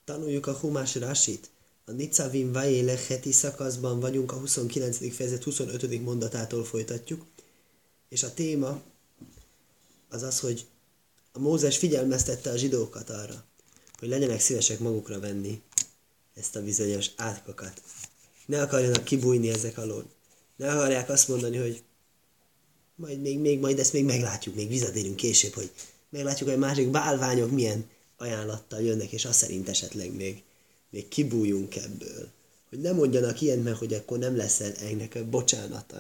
Tanuljuk a Humás Rasit. A Nicavim Vajélech heti szakaszban vagyunk, a 29. fejezet 25. mondatától folytatjuk. És a téma az az, hogy a Mózes figyelmeztette a zsidókat arra, hogy legyenek szívesek magukra venni ezt a bizonyos átkokat. Ne akarjanak kibújni ezek alól. Ne akarják azt mondani, hogy majd ezt még meglátjuk, még visszatérünk később, hogy meglátjuk, hogy másik bálványok milyen ajánlattal jönnek, és azt szerint esetleg még kibújjunk ebből. Hogy ne mondjanak ilyen, mert hogy akkor nem lesz ennek a bocsánata,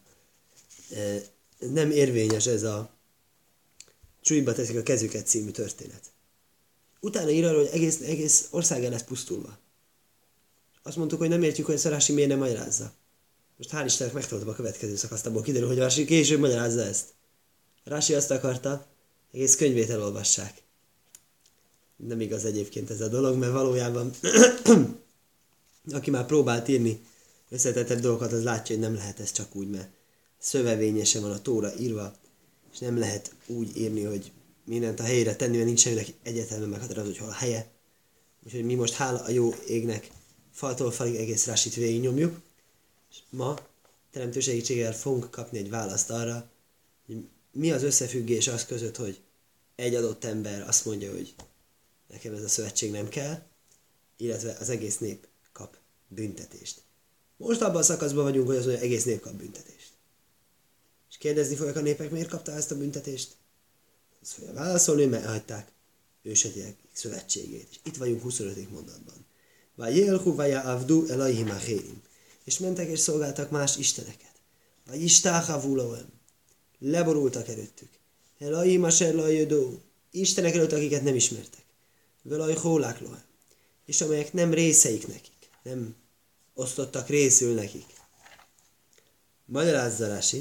nem érvényes ez a csúlyba teszik a kezüket című történet. Utána ír arra, hogy egész ország el lesz pusztulva. Azt mondtuk, hogy nem értjük, hogy ezt a Rási miért nem magyarázza. Most hál' Istennek megtanultam a következő szakaszt, abból kiderül, hogy Rási később magyarázza ezt. Rási azt akarta, egész könyvét elolvassák. Nem igaz egyébként ez a dolog, mert valójában aki már próbált írni összetettebb dolgokat, az látja, hogy nem lehet ez csak úgy, mert szövevényesen van a Tóra írva, és nem lehet úgy írni, hogy mindent a helyére tenni, mert nincs semminek egyetemben meghatározó, hogy hol a helye. Úgyhogy mi most hála a jó égnek faltól falig egész Rásit végignyomjuk, és ma teremtő segítséggel fogunk kapni egy választ arra, hogy mi az összefüggés az között, hogy egy adott ember azt mondja, hogy nekem ez a szövetség nem kell, illetve az egész nép kap büntetést. Most abban a szakaszban vagyunk, hogy az egész nép kap büntetést. És kérdezni fogják a népek, miért kapta ezt a büntetést? Azt fogja válaszolni, mert elhagyták ősetiek szövetségét. És itt vagyunk 25. mondatban. Vajélhu vaja avdu elahim achérim. És mentek és szolgáltak más isteneket. Vagy istáhavulóem. Leborultak előttük. Elahim asher lajödó. Istenek előtt, akiket nem ismertek. Velaj hólák lohem. És amelyek nem részeik nekik. Nem osztottak részül nekik. Magyarázza Rási.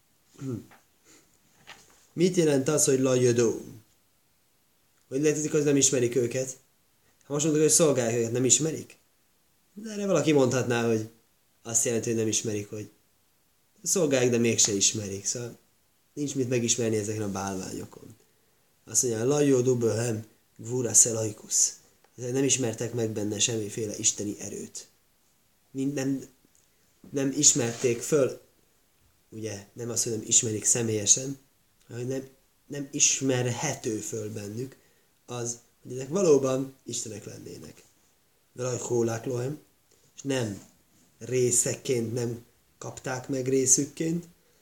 Mit jelent az, hogy lajödó? Hogy lehet, hogy nem ismerik őket? Ha most mondjuk, hogy szolgálják őket, nem ismerik? De erre valaki mondhatná, hogy azt jelenti, hogy nem ismerik, hogy szolgálják, de mégse ismerik. Szóval nincs mit megismerni ezeken a bálványokon. Azt mondja, lajödó böhem gvura szelajkusz. Nem ismertek meg benne semmiféle isteni erőt. Nem ismerték föl, ugye, nem az, hogy nem ismerik személyesen, hanem nem ismerhető föl bennük az, hogy ezek valóban istenek lennének. Velaj hólák lohem, és nem részeként nem kapták meg részükként.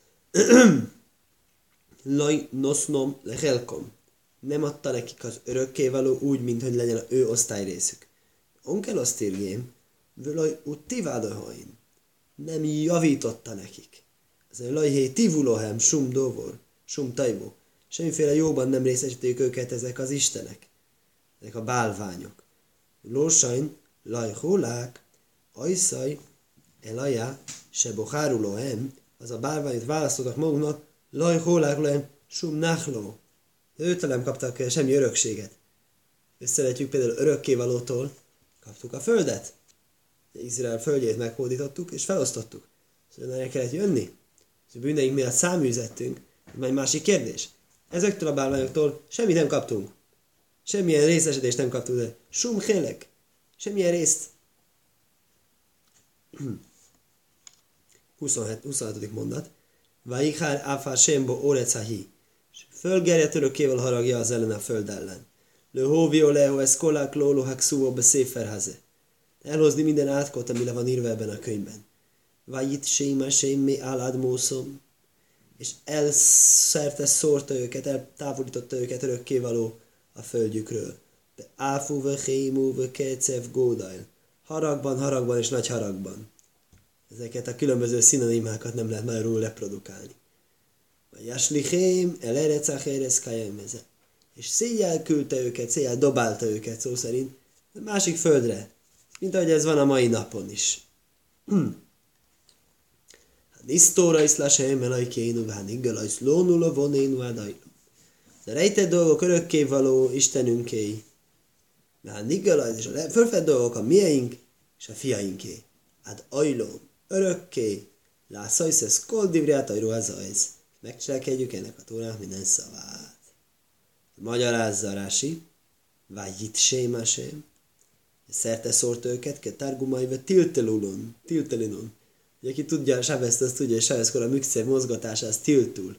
Laj nosznom lehelkom. Nem adta nekik az örökkévaló úgy, mint hogy legyen az ő osztályrészük. Onkel azt írjém, velaj uttivádahain. Nem javította nekik. Az a lajhé tivulohem sum dovor, sum tajvó. Semmiféle jóban nem részesíték őket ezek az istenek. Ezek a bálványok. Lósajn, lajhólák, ajszaj, elajá, sebohárulohem, az a bálványot választottak maguknak, lajhólák lohem, sum nachló. De őtől nem kaptak semmi örökséget. Összevetjük például örökkévalótól, kaptuk a földet. Izrael földjét meghódítottuk és felosztottuk. Szóval el kellett jönni. A bűneink miatt száműzettünk. Majd másik kérdés. Ezektől a bálványoktól semmit nem kaptunk. Semmilyen részesedést nem kaptunk. De sum hélek. Semmilyen részt. 26. mondat. Vajikár áfár sembo órecahi. Fölgerjedt örökkéval haragja az ellen a föld ellen. Lőhóvió leho ez kolák lólohak szúvó be széferhaze. Elhozni minden átkot, ami le van írva ebben a könyvben. Vajit séma sémé álad mószom. És elszerte szórta őket, eltávolította őket örökkévaló a földjükről. Be áfúve hémúve kecev gódajl. Haragban és nagy haragban. Ezeket a különböző szinonimákat nem lehet magyarul reprodukálni. Jaslichém el erecach eresz kajemeze. És széjjel küldte őket, széjjel dobálta őket szó szerint a másik földre. Mint ahogy ez van a mai napon is. Nisztóra iszlásem elajkénu, hániggalajsz lónula vonénu ádajlum. De rejtett dolgok örökkévaló Istenünké. Hániggalajsz, és a fölfed dolgok a mieink és a fiainké. Hát ajlom, örökké. Lászajsz ez koldivriát ajruházajsz. Megcselekedjük ennek a Tórának minden szavát. Magyarázza Rási, vágyit sémasém, Szerte szórt őket, ke targumaive tiltelinon. Ugye, aki tudja a Sábeszt, az tudja, hogy Sábeszkor a műkszer mozgatása, az tiltul.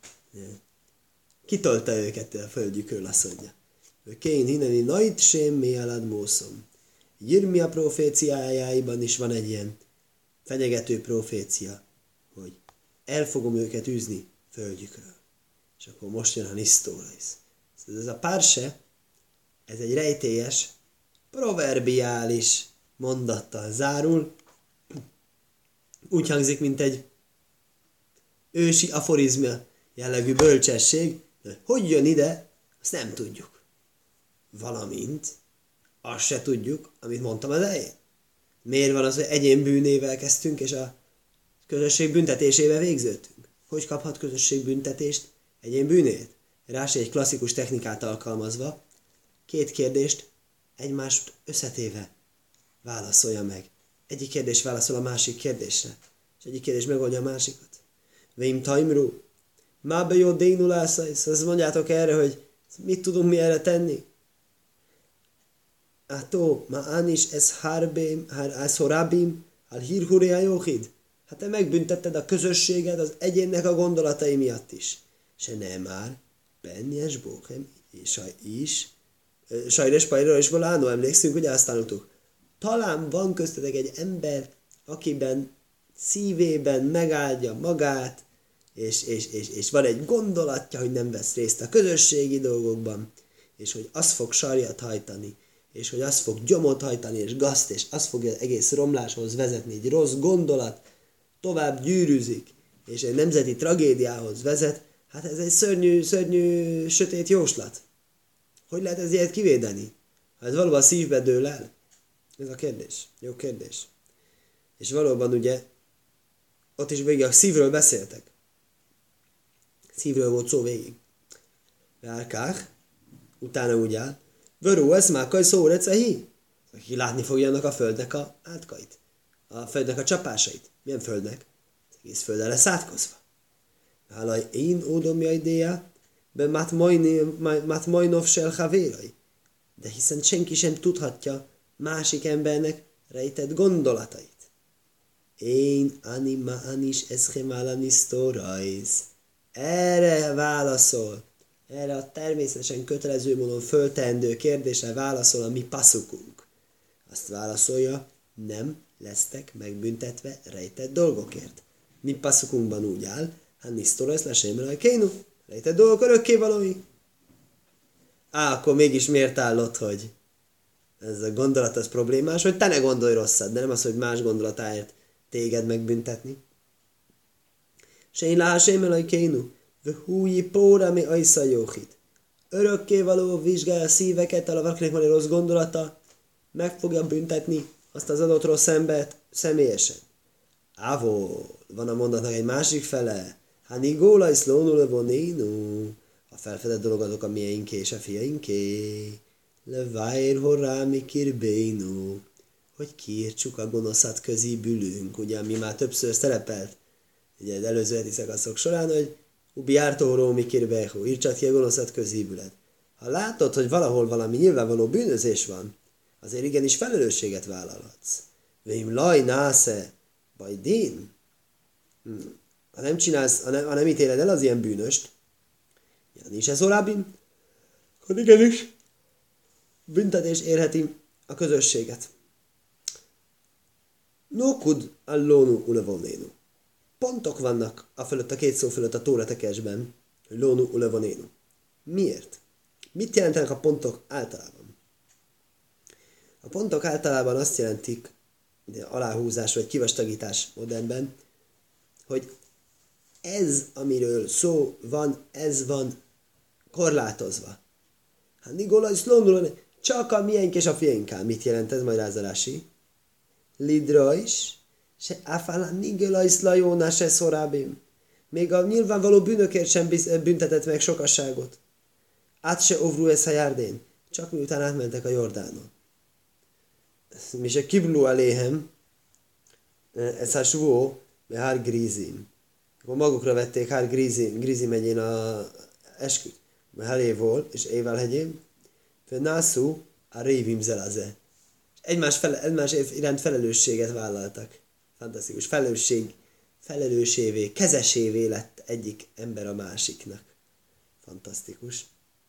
Kitolta őket a földjükről, azt mondja. Kén hineni najt sem mi alad mószom. Jirmia proféciájáiban is van egy ilyen fenyegető profécia, hogy el fogom őket űzni földjükről. És akkor most jön a nisztórais. Ez a párse, ez egy rejtélyes, proverbiális mondattal zárul. Úgy hangzik, mint egy ősi aforizmia jellegű bölcsesség, de hogy jön ide, azt nem tudjuk. Valamint azt se tudjuk, amit mondtam az elején. Miért van az, hogy egyén bűnével kezdtünk, és a közösség büntetésével végződtünk? Hogy kaphat közösség büntetést egyén bűnét? Rási egy klasszikus technikát alkalmazva, két kérdést egymást összetéve válaszolja meg. Egyik kérdés válaszol a másik kérdésre, és egyik kérdés megoldja a másikat. Veim tajmru, má bejó dénul ászaisz, azt mondjátok erre, hogy mit tudunk mi erre tenni? Átó, ma ánis ez horábim, al hírhuré jóhid. Hát te megbüntetted a közösséget az egyénnek a gondolatai miatt is. Se nem már, bennyes bóhem, és is, sajres pajra és volánó, emlékszünk, hogy azt tanultuk. Talán van köztetek egy ember, akiben szívében megáldja magát, és van egy gondolatja, hogy nem vesz részt a közösségi dolgokban, és hogy az fog sarjat hajtani, és hogy az fog gyomot hajtani, és gazt, és az fog egész romláshoz vezetni, egy rossz gondolat tovább gyűrűzik, és egy nemzeti tragédiához vezet, hát ez egy szörnyű, sötét jóslat. Hogy lehet ez ilyet kivédeni? Ha ez valóban szívbe dől el? Ez a kérdés. Jó kérdés. És valóban ugye, ott is végig a szívről beszéltek. Szívről volt szó végig. Várkák, utána úgy áll, Vöró, ez már kaj szó recehi? Aki látni fogja annak a földnek a átkait. A földnek a csapásait. Milyen földnek? Az egész földre lesz átkozva. Hálaj, én ódom jajdéja, be matmajnov sel havérai. De hiszen senki sem tudhatja másik embernek rejtett gondolatait. Én anima anis eschem alanisztorajz. Erre válaszol. Erre a természetesen kötelező módon fölteendő kérdésre válaszol a mi passzukunk. Azt válaszolja, nem lesztek megbüntetve rejtett dolgokért. Mi passzukunkban úgy áll, hát nisztorajsz lesémre kénu, rejtett dolgok örökkévalói. Akkor mégis miért állott, hogy ez a gondolat az problémás, hogy te ne gondolj rosszat, de nem az, hogy más gondolatáért téged megbüntetni. Se én lássém el, hogy kénu, húji póra mi ajsza jóhit. Örökkévaló vizsgálja a szíveket, a valakinek van egy rossz gondolata, meg fogja büntetni azt az adott rossz embert személyesen. Ávó, van a mondatnak egy másik fele. Hani góla is lónu a felfedett dolog azok a mieinké és a fiainké. Levájr horrámi kirbénu. Hogy kiírtsuk a gonoszat közébülünk. Ugye, mi már többször szerepelt ugye, az előző heti szakaszok során, hogy ubi ártórómi kirbéhu, írtsad ki a gonoszat közébület. Ha látod, hogy valahol valami nyilvánvaló bűnözés van, azért igenis felelősséget vállalhatsz. Vém laj násze, vagy din. Ha nem csinálsz, ha nem ítéled el az ilyen bűnöst, nincs ez orábbim, akkor igenis büntetés érheti a közösséget. Nokud allónu ulevonénu. Pontok vannak a fölött, a két szó fölött a tóratekesben, hogy lónu ulevonénu. Miért? Mit jelentenek a pontok általában? A pontok általában azt jelentik, aláhúzás vagy kivastagítás modernben, hogy ez, amiről szó van, ez van korlátozva. Hát Nigola is lónul, csak a miénk és a fiénk. Mit jelent ez, majd rázarási? Lidra is, se áfálán Nigola is lajóna, se szorábim. Még a nyilvánvaló bűnökért sem büntetett meg sokasságot. Át se ovru ez a járdén, csak miután átmentek a Jordánon. Mi se kiblu aléhem, ez a svó, mert Hár Grízim. Akkor magukra vették Hár Grízim megyén a esküt. Mert Halévol és Ével hegyén, Nászú a Révim zelaze. egymás iránt felelősséget vállaltak. Fantasztikus. Felelősévé, kezesévé lett egyik ember a másiknak. Fantasztikus.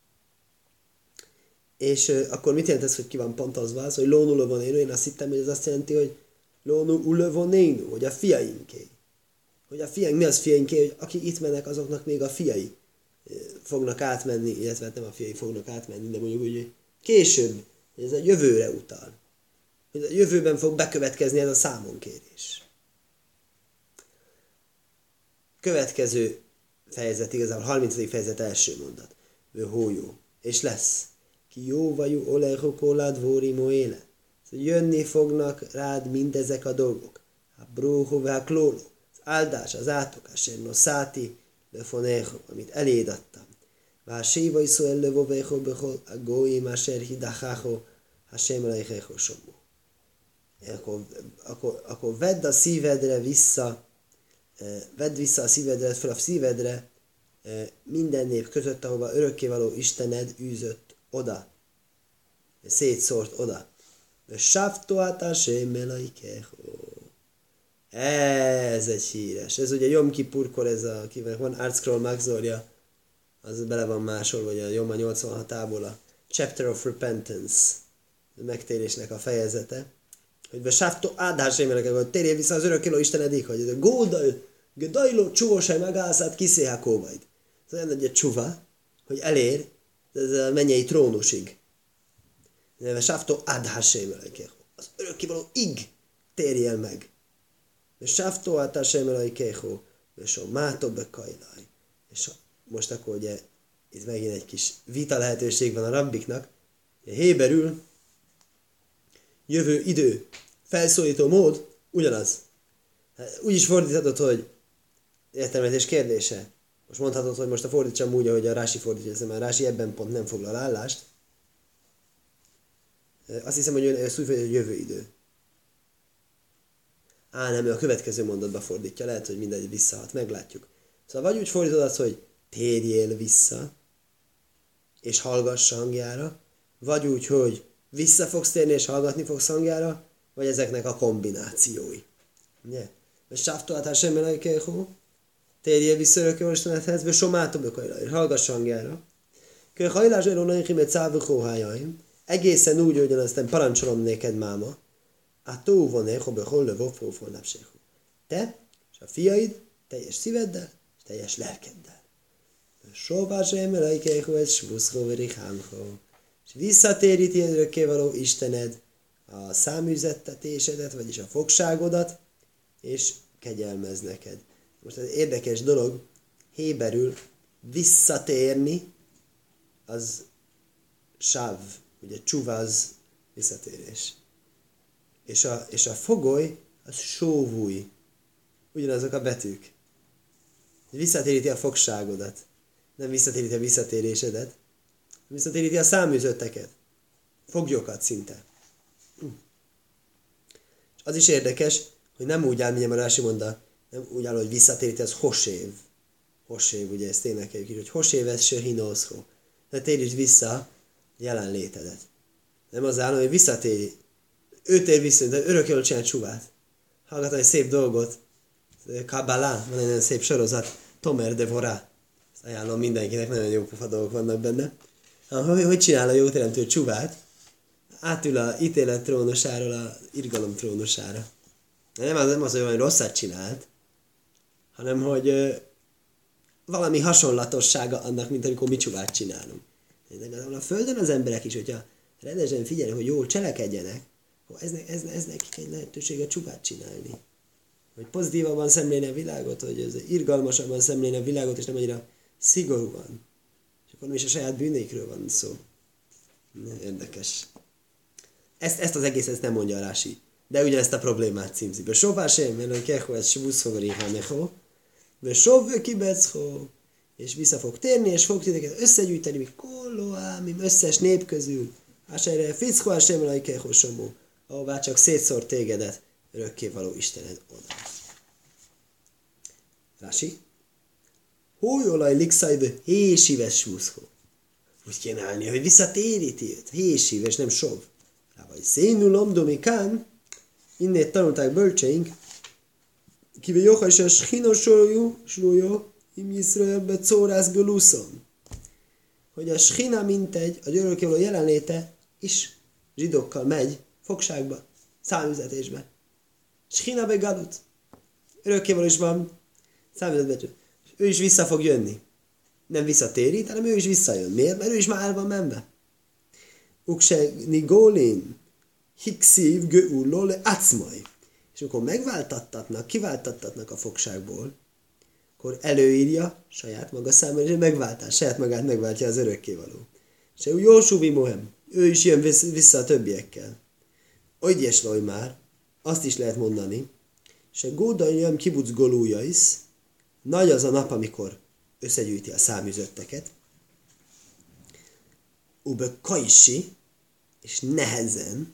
És akkor mit jelent ez, hogy ki van pontozva az, hogy lónu lövonénu? Én azt hittem, hogy ez azt jelenti, hogy lónu ulövonénu, hogy a fiainké. Hogy a fiaink, mi az fiainké, hogy akik itt mennek, azoknak még a fiai fognak átmenni, illetve nem a fiai fognak átmenni, de mondjuk úgy, hogy később, hogy ez a jövőre utal. Hogy a jövőben fog bekövetkezni ez a számonkérés. Következő fejezet, igazából 30. fejezet első mondat. Ő hójó. És lesz. Ki jó vajú olejhokolád vóri moéle. Jönni fognak rád mindezek a dolgok. A bróhová klóló. Az áldás, az átokás, no száti, lefoného, amit eléd adtam. Vár séva iszó ellövóvého behol, a gói máser hidaháho, Hashem elejhého somó. Akkor vedd a szívedre vissza, vedd vissza a szívedre, fel a szívedre minden nép között, ahova örökkévaló Istened űzött oda. Szétszórt oda. Sávtoát Hashem elejhého. Ez egy híres. Ez ugye Jom Kippurkor, ez akinek van Artscroll Magzorja, az bele van másolva, hogy a Joma 86-ából a Chapter of Repentance, a megtérésnek a fejezete, hogy be sávtó áldásaimenek, hogy térjél vissza az örökkévaló Istenedig, hogy ez a gódaj, gedajló csúvosaj megállszát kiszéhá kóvaid. Ez olyan nagy a csuva, hogy elér ez a mennyei trónusig. Neve sávtó áldásaimenek. Az örökkévaló ig térjél meg. És sávtó áldásaimenek, és a mátó bekajlaj. És most akkor ugye itt megint egy kis vita lehetőség van a rabbiknak. Héberül jövő idő, felszólító mód, ugyanaz. Úgy is fordíthatod, hogy értelmezés kérdése. Most mondhatod, hogy most a fordítsam úgy, ahogy a Rási fordítja, mert a Rási ebben pont nem foglal állást. Azt hiszem, hogy ez úgy vagy, hogy jövő idő. Nem, ő a következő mondatba fordítja, lehet, hogy mindegy visszahat, meglátjuk. Szóval vagy úgy fordítod azt, hogy térjél vissza, és hallgass hangjára, vagy úgy, hogy vissza fogsz térni, és hallgatni fogsz hangjára, vagy ezeknek a kombinációi. Ugye? És sávtoátál semmi lejkéhó, térjél vissza örökkévaló Istenedhez, vagy somátom ökajra, és hallgass hangjára. Kő hajlás öronaikim egy szávökóhájaim, egészen úgy, hogyan aztán parancsolom néked máma, a tó voného behol lövófófó napsého. Te és a fiaid teljes szíveddel és teljes lelkeddel. Sóvás emelejkého egy svuszho verihámho. És visszatéríti örökkévaló Istened a száműzettetésedet, vagyis a fogságodat, és kegyelmez neked. Most ez érdekes dolog, héberül visszatérni, az sáv, ugye csuva az visszatérés. És a fogoly, az sóvúj. Ugyanazok a betűk. Visszatéríti a fogságodat. Nem visszatéríti a visszatérésedet. Visszatéríti a száműzötteket. Foglyokat szinte. És az is érdekes, hogy nem úgy áll, mindjárt Rási mondta, nem úgy áll, hogy visszatéríti, az hosév. Hosév, ugye ezt énekeljük is, hogy hoséves se hinószho. De térítsd vissza jelenlétedet. Nem az áll, hogy visszatéri. Ő tér vissza, de örökkévaló csinál csuvát. Hallgatom egy szép dolgot. Kabbalah, van egy nagyon szép sorozat. Tomer de Vorá. Ezt ajánlom mindenkinek, nagyon jó pofa dolgok vannak benne. Hogy csinál a jó teremtő csuvát? Átül a ítélet trónusáról a irgalom trónusára. Nem az, hogy rosszat csinált, hanem hogy valami hasonlatossága annak, mint amikor mi csuvát csinálunk. A Földön az emberek is, hogyha rendesen figyelnek, hogy jól cselekedjenek, ez nekik egy lehetőség a csuvát csinálni. Hogy pozitívabban szemlélni a világot, hogy ez irgalmasabban szemlélni a világot, és nem annyira szigorúan. És akkor is a saját bűnékről van szó. Érdekes. Ezt az egészet nem mondja a Rási. De ugyanezt a problémát címzi. Be sovásém, mert keho, ez svuszhoveri haneho, be sovve kibecho, és vissza fog térni, és fog titeket összegyűjteni, mi kolloámim, összes nép közül, ásajra fickó, ásajra keho somó, ahová csak szétszór tégedet, örökkévaló Istened oda. Rási? Hójolaj likszajbe hésives svuszho. Úgy kéne állni, hogy visszatéríti őt. Hésives, nem sov. Vagy szénul omdomikán, innét tanulták bölcseink, kivé Joha és a Shina im Yisraelbe Czórász Goluszon. Hogy a Shina mintegy, a örökkévaló jelenléte is zsidókkal megy fogságba, számüzetésbe. Shina be Galut. Örökkévaló is van számüzetben. Ő is vissza fog jönni. Nem visszatérít, hanem ő is visszajön. Miért? Mert ő is már el van menve. Ukse nigolin hikszív gőulló le acmai. És amikor megváltattatnak, kiváltattatnak a fogságból, akkor előírja saját maga számára, és megváltás, saját magát megváltja az örökkévaló. És ő Jósuvi Mohem, ő is jön vissza a többiekkel. Olygyes loj már, azt is lehet mondani, és a gódajjam kibuc golúja is, nagy az a nap, amikor összegyűjti a száműzötteket, ube kajsi, és nehezen,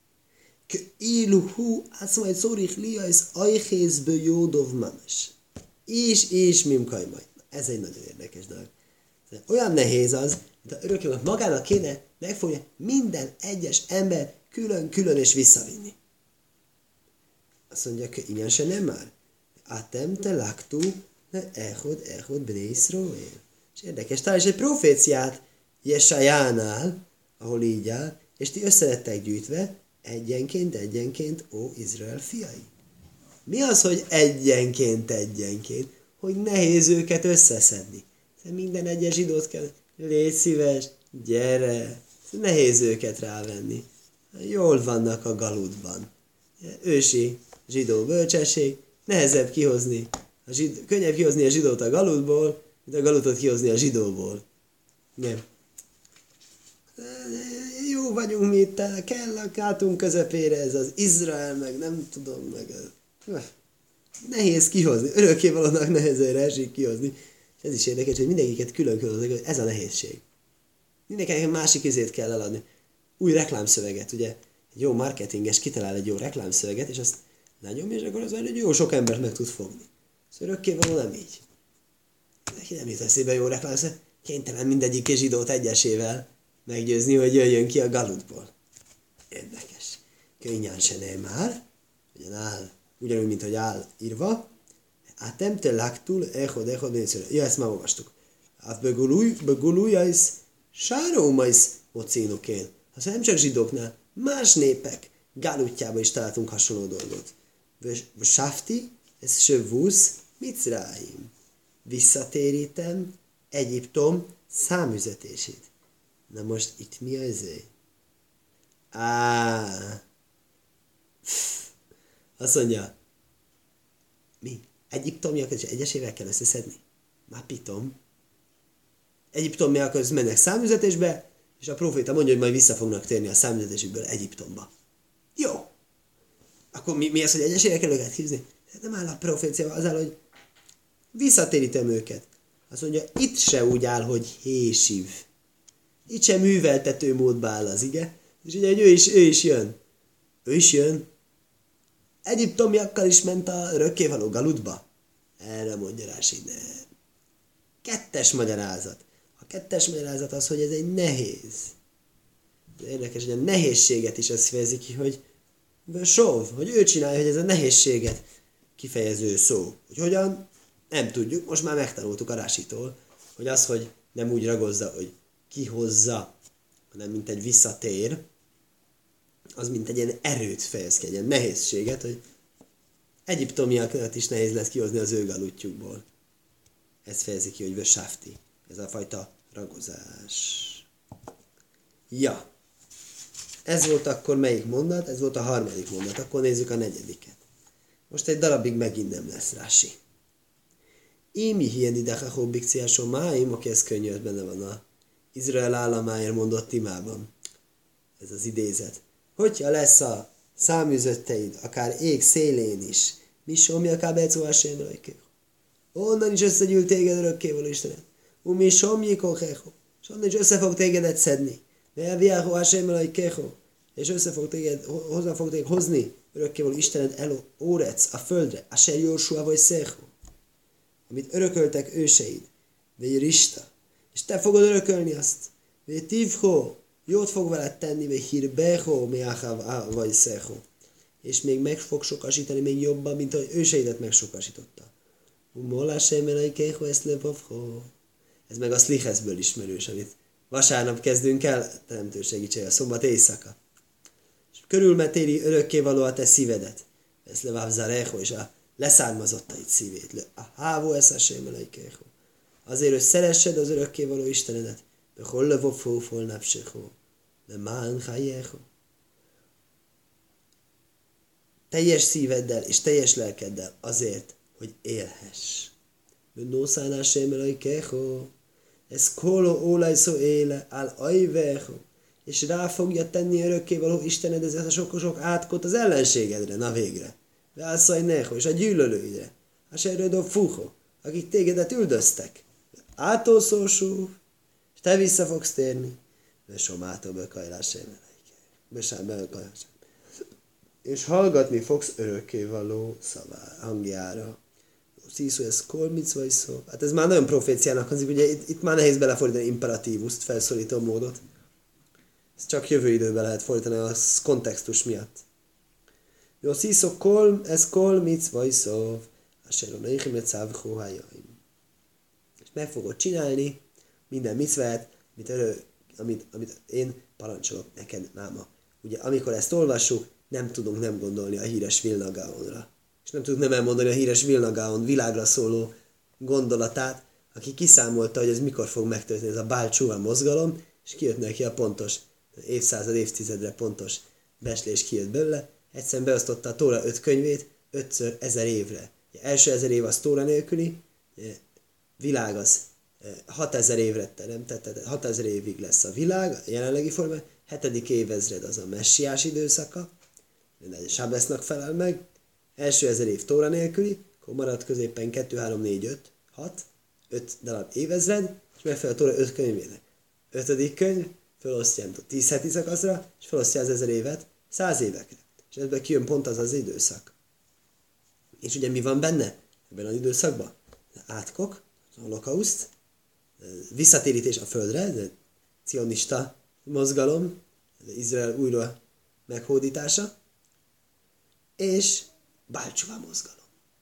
Iluhu, azt mondja, hogy szórich lia, ez ajhészből jódov mames. És mimkaj majd. Ez egy nagyon érdekes dolog. Olyan nehéz az, mint a örökkévalónak magának kéne megfogni minden egyes ember külön-külön és visszavinni. Azt mondja, hogy igen se nem már. Atem te laktu, echod bne Yisroel. És érdekes, talán is egy proféciát Jesajánál, ahol így áll, és ti összelettek gyűjtve, egyenként, ó Izrael fiai. Mi az, hogy egyenként? Hogy nehéz őket összeszedni. Minden egyes zsidót kell, légy szíves, gyere, nehéz őket rávenni. Jól vannak a galudban. Ősi zsidó bölcsesség, nehezebb kihozni, könnyebb kihozni a zsidót a galudból, mint a galutot kihozni a zsidóból. Nem. Jó vagyunk mi itt, kell a kátunk közepére, ez az Izrael, meg nem tudom, meg nehéz kihozni, örökkévalónak nehezére esik kihozni. És ez is érdekes, hogy mindenkiket külön-külön, hogy ez a nehézség. Mindenkinek másik izét kell eladni. Új reklámszöveget, ugye? Egy jó marketinges kitalál egy jó reklámszöveget, és azt nagyon, és akkor az egy jó sok embert meg tud fogni. Az örökkévaló nem így. Neki nem jut eszébe jó reklámszöveget, kénytelen mindegyik zsidót egyesével meggyőzni, hogy jöjjön ki a galutból. Érdekes. Könnyen se nem már, ugyanúgy, mint hogy áll írva, Atem te laktul echod nézőre. Ja, ezt már olvastuk. Hát begulujjais, sárómais mocínokén. Hát nem csak zsidóknál, más népek gálutjában is találtunk hasonló dolgot. Safti, ez se vusz, Micráim. Visszatérítem Egyiptom számüzetését. Na most itt mi az? Azt mondja, mi? Egyiptomiak és egyesével kell összeszedni? Már pitom. Egyiptomiak az mennek számüzetésbe, és a proféta mondja, hogy majd vissza fognak térni a számüzetésükből Egyiptomba. Jó. Akkor mi az, hogy egyesével kell őket hívni? Nem áll a profécia, az áll, hogy visszatérítem őket. Azt mondja, itt se úgy áll, hogy hésiv. Itt sem műveltető módba áll az ige. És ugye, hogy ő is jön. Ő is jön. Egyiptomiakkal is ment a örökkévaló galutba. Erre mondja Rási, nem. Kettes magyarázat. A kettes magyarázat az, hogy ez egy nehéz. Érdekes, hogy a nehézséget is ez fejezi ki, hogy sov, hogy ő csinálja, hogy ez a nehézséget kifejező szó. Hogy hogyan? Nem tudjuk. Most már megtanultuk a Rásitól, hogy az, hogy nem úgy ragozza, hogy kihozza, hanem mint egy visszatér, az mint egy ilyen erőt fejez ki, egy ilyen nehézséget, hogy egyiptomiakat is nehéz lesz kihozni az ő galutjukból. Ez fejezi ki, hogy vösafti. Ez a fajta ragozás. Ja. Ez volt akkor melyik mondat? Ez volt a harmadik mondat. Akkor nézzük a negyediket. Most egy darabig megint nem lesz Rási. Émi hien idechachó bikciásó máim, aki ez könnyű, benne van a Izrael államáért mondott imában. Ez az idézet. Hogyha lesz a száműzötteid, akár ég szélén is, mi somi akár becóhásém rajkék. Onnan is összegyűlt téged örökkévaló Istenet. Mi somi kochecho. És onnan is össze fog tégedet szedni. Melviáho hásém rajkého. És hozzá fog téged hozni örökkévaló Istenet eló órec a földre. Asher Jósua vagy Szécho. Amit örököltek őseid. Vagy Rista. És te fogod örökölni azt. Vagy Tivho. Jót fog veled tenni, vagy hírbeho, miáháv vagy szeho. És még meg fog sokasítani még jobban, mint ahogy őseidet megsokasította. Molásé melejkého ezt levavho. Ez meg a Szlicheszből ismerős, amit vasárnap kezdünk el, teremtő segítsége, szombat éjszaka. És körülmetéli örökkévaló a te szívedet. Ez levávzáreho, és a leszármazottait szívét. A hávó eszásé melejkého. Azért, hogy szeressed az örökkévaló Istenedet. De hol levavho, hol napseho. De mán hájého. Teljes szíveddel és teljes lelkeddel azért, hogy élhess. Nószánál sémelai keho, ez kóló ólajszó éle, áll ajveho, és rá fogja tenni örökkévaló Istened ezért a sok-sok átkot az ellenségedre, na végre. Vászaj neho, és a gyűlölőidre. A serődő fuho, akik tégedet üldöztek. Átószósú, és te vissza fogsz térni. Besomától bekajlás sémelai keho. És hallgatni fogsz örökkévaló hangjára. Szíszó, ez kolmicva is szó. Hát ez már nagyon proféciának hangzik, ugye itt már nehéz belefordítani imperatívuszt, felszólító módot. Ez csak jövő időben lehet fordítani a kontextus miatt. Jó, szíszó, ez kolmicva is szó. A seronaichim egy szávhóhájaim. És meg fogod csinálni minden micvát, amit én parancsolok neked, máma. Ugye amikor ezt olvassuk, nem tudunk nem gondolni a híres Vilna Gaonra. És nem tudunk nem elmondani a híres Vilna Gaon világra szóló gondolatát, aki kiszámolta, hogy ez mikor fog megtörténni, ez a Bál Csúva mozgalom, és kijött neki a pontos, évszázad, évtizedre pontos becslés kijött belőle. Egyszerűen beosztotta a Tóra 5 könyvét 5x1000 évre. Első 1000 év az Tóra nélküli, világ az 6000 évre teremtett, tehát 6000 évig lesz a világ, a jelenlegi formában, 7. évezred az a messiás időszaka, Sábesznak felel meg, első 1000 év Tóra nélküli, akkor marad középen 2, 3, 4, 5, 6, 5 darab évezred, és megfelel a Tóra 5 könyvének. 5. könyv felosztja 10 heti szakaszra, és felosztja az 1000 évet 100 évekre. És ebben kijön pont az időszak. És ugye mi van benne ebben az időszakban? Átkok, az holokauszt, visszatérítés a földre, cionista mozgalom, Izrael újra meghódítása, és Bál Csúva mozgalom.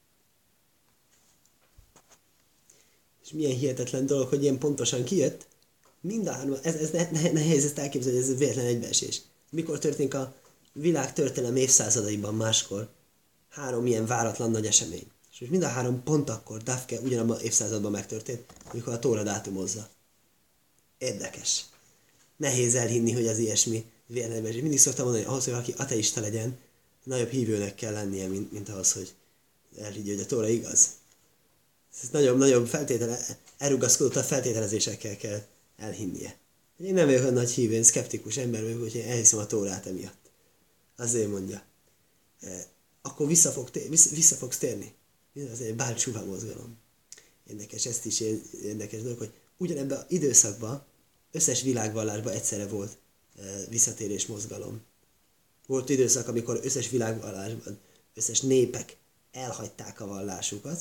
És milyen hihetetlen dolog, hogy ilyen pontosan kijött. Mind a három, ez nehéz ezt elképzelni, ez véletlen egybeesés. Mikor történik a világ történelem évszázadaiban máskor 3 ilyen váratlan nagy esemény. És mind a 3 pont akkor, Dafke ugyanabban évszázadban megtörtént, amikor a Tóra dátumozza. Érdekes. Nehéz elhinni, hogy az ilyesmi véletlen egybeesés. Mindig szoktam mondani, hogy ahhoz, hogy valaki ateista legyen, nagyobb hívőnek kell lennie, mint ahhoz, hogy elhiggye, hogy a Tóra igaz. Ez nagyobb elrugaszkodott a feltételezésekkel kell elhinnie. Én nem vagyok a nagy hívő, én szkeptikus ember vagyok, úgyhogy elhiszem a Tórát emiatt. Azért mondja. Akkor vissza fogsz térni. Ez egy Bál Csúva mozgalom. Érdekes, ezt is érdekes dolog, hogy ugyanebben az időszakban összes világvallásban egyszerre volt visszatérés mozgalom. Volt időszak, amikor összes világvallásban, összes népek elhagyták a vallásukat,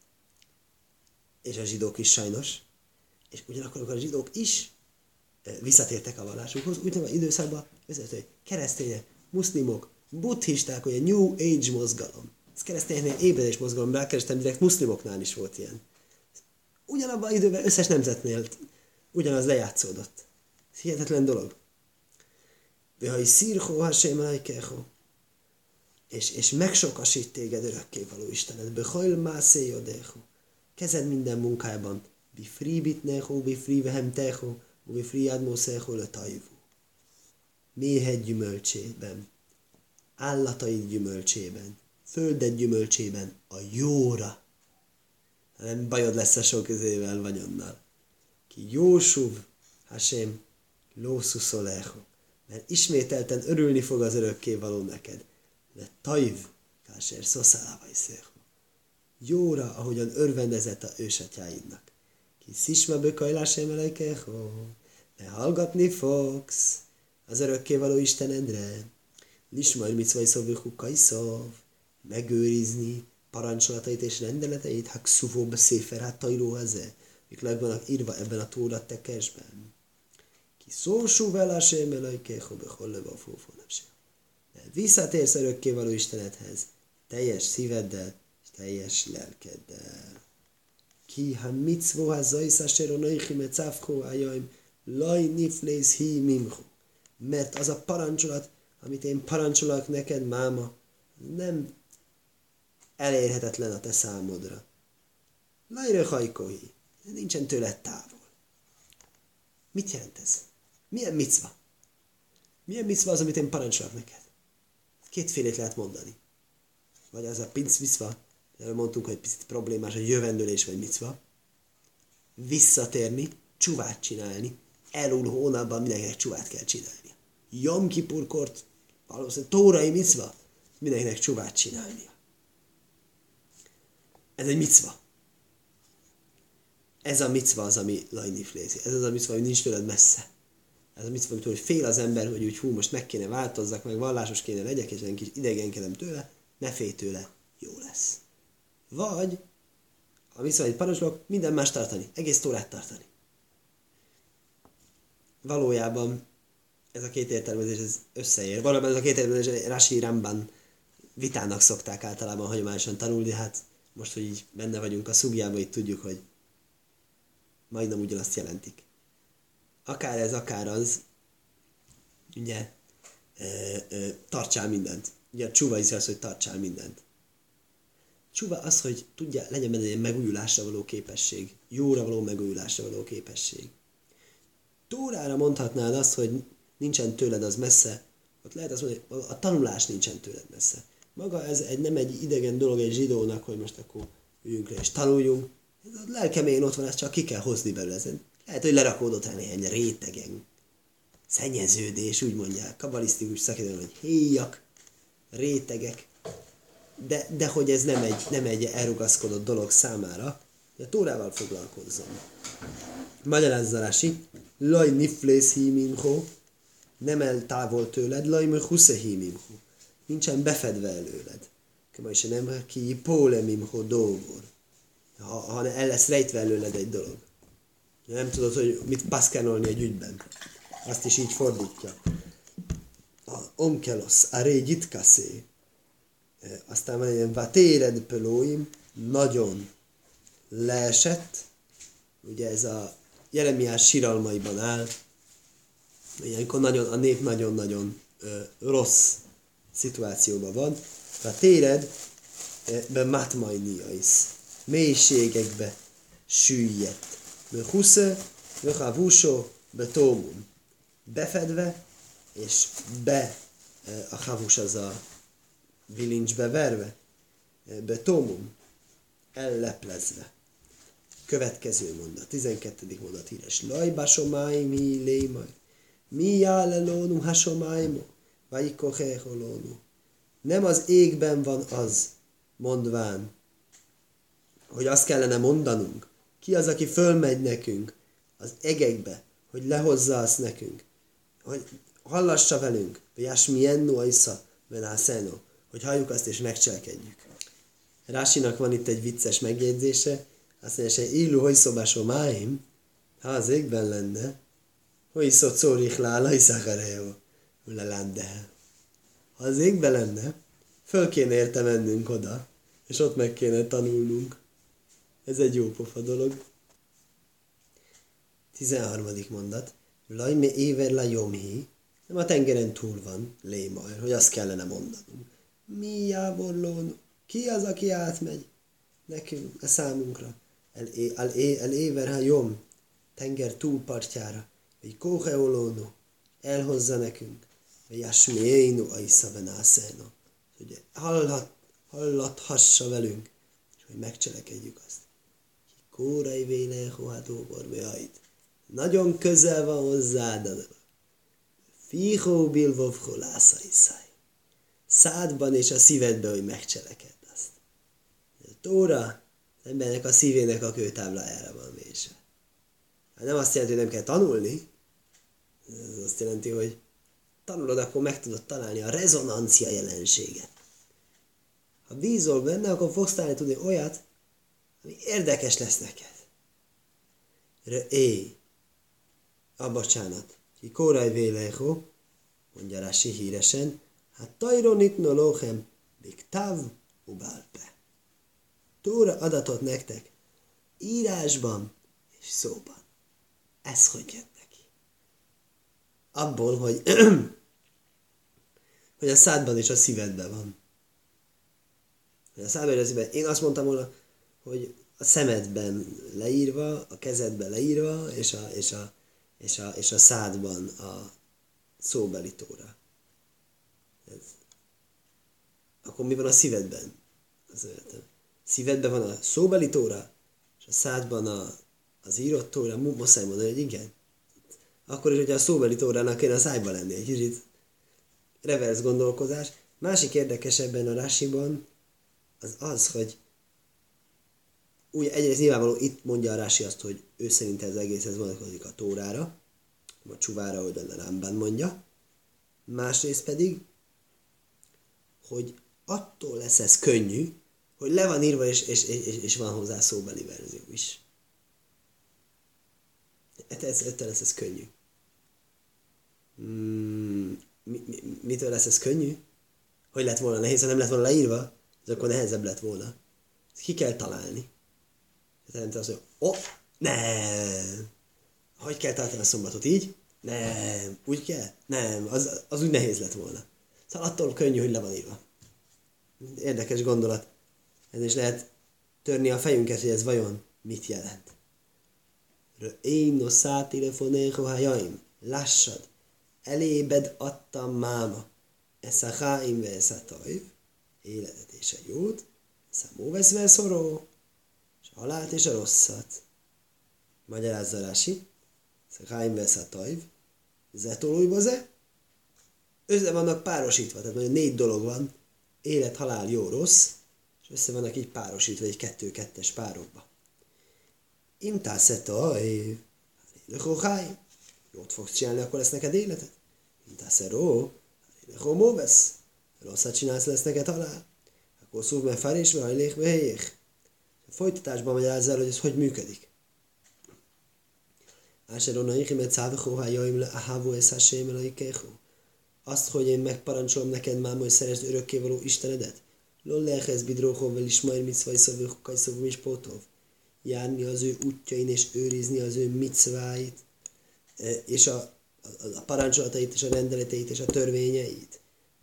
és a zsidók is sajnos, és ugyanakkor a zsidók is visszatértek a vallásukhoz, ugyanabban időszakban hogy keresztények, muszlimok, buddhisták, hogy a New Age mozgalom. Ez keresztényeknél ébredés mozgalom, rákerestem direkt, muszlimoknál is volt ilyen. Ugyanabban az időben összes nemzetnél ugyanaz lejátszódott. Ez hihetetlen dolog. Vihai szírhó, hasém lajkeho. És megsokasít téged örökkévaló Istened. Behajl mászé jodeho. Kezed minden munkájában. Bifri bitneho, bifri vehem teho, bifri admószeho le tajvú. Méhed gyümölcsében, állataid gyümölcsében, földed gyümölcsében, a jóra. Nem bajod lesz a sok közével vagyonnal. Ki jósuv, hasém, lószuszoleho. Mert ismételten örülni fog az örökkévaló neked. De tajv, kásér szoszálávai szého. Jóra, ahogyan örvendezett a ősatyáidnak. Ki szisma bökajlás emelejkeho. De hallgatni fogsz az örökkévaló Istenedre. Lismaj micvai szovőhukai szov. Megőrizni parancsolatait és rendeleteit. Hakszuvó beszéfer hát tajróhaze. Mik le vannak írva ebben a Tóra tekesben. Ki Szósú vele sem elajkého beholleva fófonapsia. Visszatérsz örökkévaló Istenedhez, teljes szíveddel, és teljes lelkeddel. Ki ha mitzvó ha zajszásero noichi me cáfkó ajaim, laj niflész hi mimhu. Mert az a parancsolat, amit én parancsolok neked, máma, nem elérhetetlen a te számodra. Lajra hajkóhi, nincsen tőled távol. Mit jelent ez? Milyen micva? Milyen micva az, amit én parancsolok neked? Kétfélét lehet mondani. Vagy az a pinc micva, erről mondtunk, hogy picit problémás a jövendőlés vagy micva. Visszatérni, csuvát csinálni. Elul hónapban mindenkinek csuvát kell csinálni. Jom Kipurkort, valószínűleg tórai micva, mindenkinek csuvát csinálnia. Ez egy micva. Ez a micva az, ami lajniflézi. Ez az a micva, ami nincs tőled messze. Ez a micva, amitől fél az ember, hogy úgy most meg kéne változzak, meg vallásos kéne legyek, és egy kis idegenkedem tőle, ne félj tőle, jó lesz. Vagy a micva, egy parancsolok, minden más tartani, egész Tórát tartani. Valójában ez a két értelmezés ez összeér. Valójában ez a két értelmezés Rashi Ramban vitának szokták általában hagyományosan tanulni, hát most, hogy így benne vagyunk a szubjában, itt tudjuk, hogy majdnem ugyanazt jelentik. Akár ez, akár az, ugye, tartsál mindent. Ugye a csuva is az, hogy tartsál mindent. Csuva az, hogy tudja, legyen benne egy megújulásra való képesség. Jóra való megújulásra való képesség. Tórára mondhatnád azt, hogy nincsen tőled az messze, ott lehet azt mondani, hogy a tanulás nincsen tőled messze. Maga ez nem egy idegen dolog egy zsidónak, hogy most akkor üljünk le és tanuljunk. Ez a lelkemén ott van, ezt csak ki kell hozni belőle. Lehet, hogy lerakódott rá néhány rétegen. Szennyeződés, úgy mondják. Kabalisztikus szakértően, hogy héjak, rétegek. De hogy ez nem egy elrugaszkodott dolog számára, hogy a Tórával foglalkozzon. Magyarázza Rashi, laj niflész hímimho, nem eltávol tőled, laj me husze hímimho. Nincsen befedve előled. Kömaj se nem ki pólemimho dolgor. Ha el lesz rejtve előled egy dolog. Nem tudod, hogy mit paszkánolni egy ügyben. Azt is így fordítja. A onkelos, a régit kaszé. Aztán van egy ilyen vatéred pelóim, nagyon leesett. Ugye ez a Jeremiás síralmaiban áll. Ilyenkor a nép nagyon-nagyon rossz szituációban van. Vatéred be matmajniais. Mélységekbe süllyedt. Mehusze, mechavusó, betómum. Befedve, és a havus az a bilincsbe verve. Betómum. Elleplezve. Következő mondat, 12. mondat híres. Lajbasomáim hi lémaj. Mi jálelónu hasomáimo. Vajikohéholónu. Nem az égben van az, mondván, hogy azt kellene mondanunk. Ki az, aki fölmegy nekünk az egekbe, hogy lehozza azt nekünk, hogy hallassa velünk, hogy ásmiennu aisza venászeno, hogy halljuk azt és megcselekedjük. Rásinak van itt egy vicces megjegyzése, azt mondja, hogy illu hojszobásó máim, ha az égben lenne, hogy szó czórich lála iszakarejo, lelánde. Ha az égben lenne, föl kéne érte mennünk oda, és ott meg kéne tanulnunk. Ez egy jó pofa dolog. 13. mondat. Lajme éver la jomhi. Nem a tengeren túl van, lémajr, hogy azt kellene mondanunk. Mi jáborlón? Ki az, aki átmegy? Nekünk, a számunkra. El éver ha jom. Tenger túlpartjára. Vagy kóheolóno. Elhozza nekünk. Vagy jasmiénu aisza benászeno. Hogy hallathassa velünk. És hogy megcselekedjük azt. Kórai véle hohátó borbeait. Nagyon közel van hozzád a dolog. Fihó bilvov holászai száj. Szádban és a szívedben, hogy megcselekedd azt. A Tóra az embernek a szívének a kőtáblájára van vésve. Hát nem azt jelenti, hogy nem kell tanulni. Ez azt jelenti, hogy tanulod, akkor meg tudod találni a rezonancia jelenséget. Ha bízol benne, akkor fogsz találni tudni olyat, ami érdekes lesz neked. Bocsánat. ki kóraj véleho, mondja Rási híresen, hát tajronit no lochem, biktáv ubálpe. Tóra adatot nektek írásban és szóban. Ez hogy jött neki? Abból, hogy a szádban és a szívedben van. Hogy a szádban és a szívedben. Én azt mondtam volna, hogy a szemedben leírva, a kezedben leírva, és a szádban a szóbeli tóra. Akkor mi van a szívedben? Az szívedben van a szóbeli tóra, és a szádban az írott tóra, muszáj mondani, hogy igen. Akkor is, hogyha a szóbeli tórának kéne a szájban lenni, egy kicsit reverse gondolkozás. Másik érdekes ebben a Rásiban az, hogy úgy egyrészt nyilvánvaló itt mondja a Rási azt, hogy ő szerint ez egészhez vonatkozik a tórára, a csuvára, ahogyan a Rambán mondja. Másrészt pedig, hogy attól lesz ez könnyű, hogy le van írva, és van hozzá szóbeli verzió is. Ettől lesz ez könnyű. Mitől lesz ez könnyű? Hogy lett volna nehéz, ha nem lett volna leírva, az akkor nehezebb lett volna. Ezt ki kell találni. Tehát azt mondja, nem. Hogy kell tartani a szombatot? Így? Nem. Úgy kell? Nem. Az úgy nehéz lett volna. Szóval attól könnyű, hogy le van írva. Érdekes gondolat. Ez is lehet törni a fejünket, hogy ez vajon mit jelent. Én no szátilefoného hajaim. Lássad. Elébed adtam máma. Ez a háim vesz a tajv. Életet és a jót. Ez a móvesz szoró. És a halált és a rosszat. Magyarázza Rási. Ez a háim vesz a tajv. Zetolújboze. Össze vannak párosítva. Tehát mondjuk 4 dolog van. Élet, halál, jó, rossz. És össze vannak így párosítva, egy 2-2-es párokba. Imtászeta, lehoháj. Jót fogsz csinálni, akkor lesz neked életed. Imtászeró, lehomóvesz. Rosszat csinálsz, lesz neked halál. Akkor szúv me farés, me hajlék, me helyék. Folytatásban magyarázzál, hogy ez hogy működik. Áserona ichimet szávechóhá jaim le ahávó eszásém el a ikéhó. Azt, hogy én megparancsolom neked már, hogy szeresd örökkévaló Istenedet. Lollehhez bidróhóval is majd mitzvai szavőkokai szavú is pótov. Járni az ő útjain és őrizni az ő micváit, és a parancsolatait, és a rendeleteit, és a törvényeit.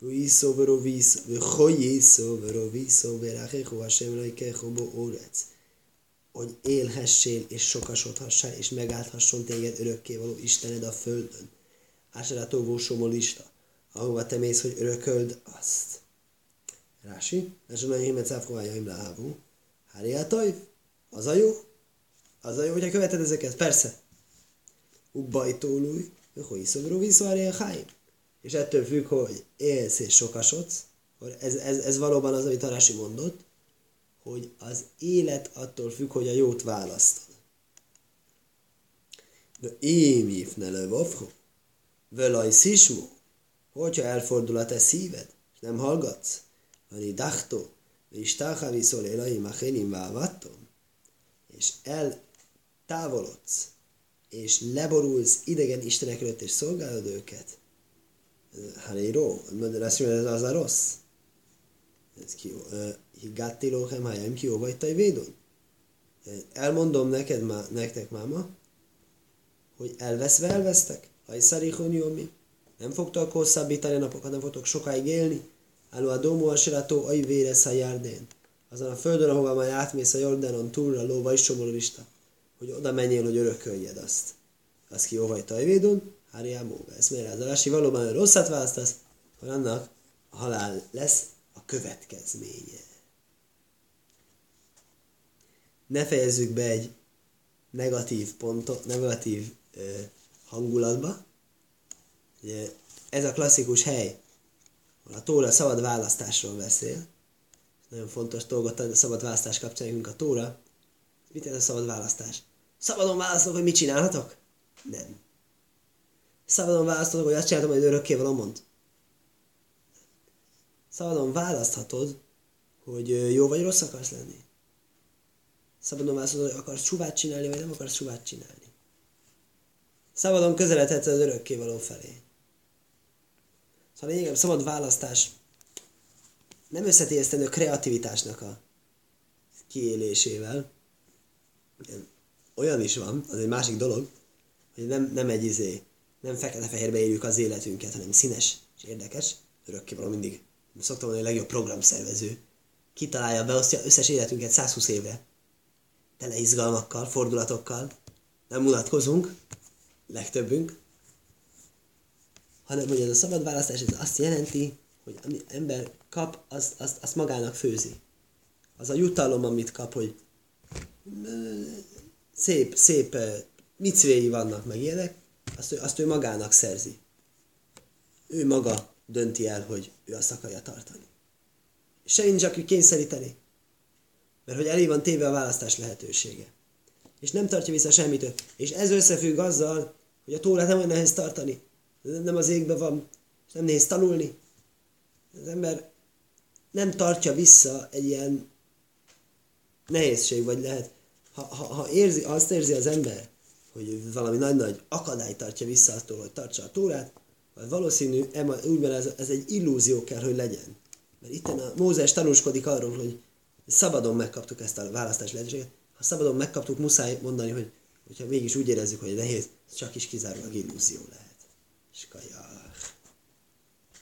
Hogy élhessél, és sokasodhassál, és megállhasson téged örökkévaló Istened a földön. Áserátó vósomolista, ahova te mész, hogy örököld azt. Rási, Esonaim cáfkovájaim láhávú. Háriátajv, az a jó, hogyha követed ezeket, persze. Ubbajtólúj, hogy szomorú visszavári a háim. És ettől függ, hogy élsz és sokasodsz. Ez valóban az, amit a Rási mondott, hogy az élet attól függ, hogy a jót választod. De émív ne lövofho, völaj szismó, hogyha elfordul a te szíved, és nem hallgatsz, ani dachtó, és táhávi szól élaim a hénim vávattom, és eltávolodsz, és leborulsz idegen istenek előtt, és szolgálod őket. Haríró, azt mondja, az a rossz. Ez ki jó. Higáttilóhem hájaim ki jó vagy tajvédon. Elmondom nektek máma, hogy elvesztek. Hajszarihon jómi. Nem fogtok hosszabbítani a napokat, nem fogtok sokáig élni. Álló a domó a sirátó, aj véresz a járdén. Azon a földön, ahova majd átmész a Jordánon túlra, lóva is somorista, hogy oda menjél, hogy örököljed azt. Az ki jó vagy tajvédon, háriá móva. Ezt miért az Rási valóban rosszat választasz, hogy annak a halál lesz a következménye. Ne fejezzük be egy negatív hangulatba. Ugye, ez a klasszikus hely, ahol a Tóra szabad választásról beszél. Nagyon fontos dolgot a szabad választás kapcsán nekünk a Tóra. Mit ez a szabad választás? Szabadon választok, hogy mit csinálhatok? Nem. Szabadon választhatok, hogy azt csináltam, hogy örökkévaló mond. Szabadon választhatod, hogy jó vagy rossz akarsz lenni. Szabadon választhatod, hogy akarsz csuvát csinálni, vagy nem akarsz csuvát csinálni. Szabadon közeledhetsz az örökkévaló felé. Szóval lényegében szabad választás nem összetévesztendő kreativitásnak a kiélésével. Olyan is van, az egy másik dolog, hogy nem fekete-fehérbe éljük az életünket, hanem színes és érdekes. Örökkévaló mindig. Szoktam mondani, a legjobb programszervező. Kitalálja, beosztja összes életünket 120 évre. Tele izgalmakkal, fordulatokkal. Nem mulatkozunk, legtöbbünk. Hanem, hogy ez a szabad választás ez azt jelenti, hogy ami ember kap, azt magának főzi. Az a jutalom, amit kap, hogy szép micvéi vannak, meg ilyenek, azt ő magának szerzi. Ő maga dönti el, hogy ő azt akarja tartani. És se nincs, aki kényszeríteni. Mert hogy elé van téve a választás lehetősége. És nem tartja vissza semmitől. És ez összefügg azzal, hogy a Tórát nem olyan nehéz tartani. Nem az égben van, és nem nehéz tanulni. Az ember nem tartja vissza egy ilyen nehézség, vagy lehet, ha azt érzi az ember, hogy valami nagy-nagy akadály tartja vissza attól, hogy tartsa a Tórát, vagy valószínű, úgymond ez egy illúzió kell, hogy legyen. Mert itt a Mózes tanúskodik arról, hogy szabadon megkaptuk ezt a választási lehetőséget. Ha szabadon megkaptuk, muszáj mondani, hogy hogyha mégis úgy érezzük, hogy nehéz, csak is kizárólag illúzió lehet. És kajaj.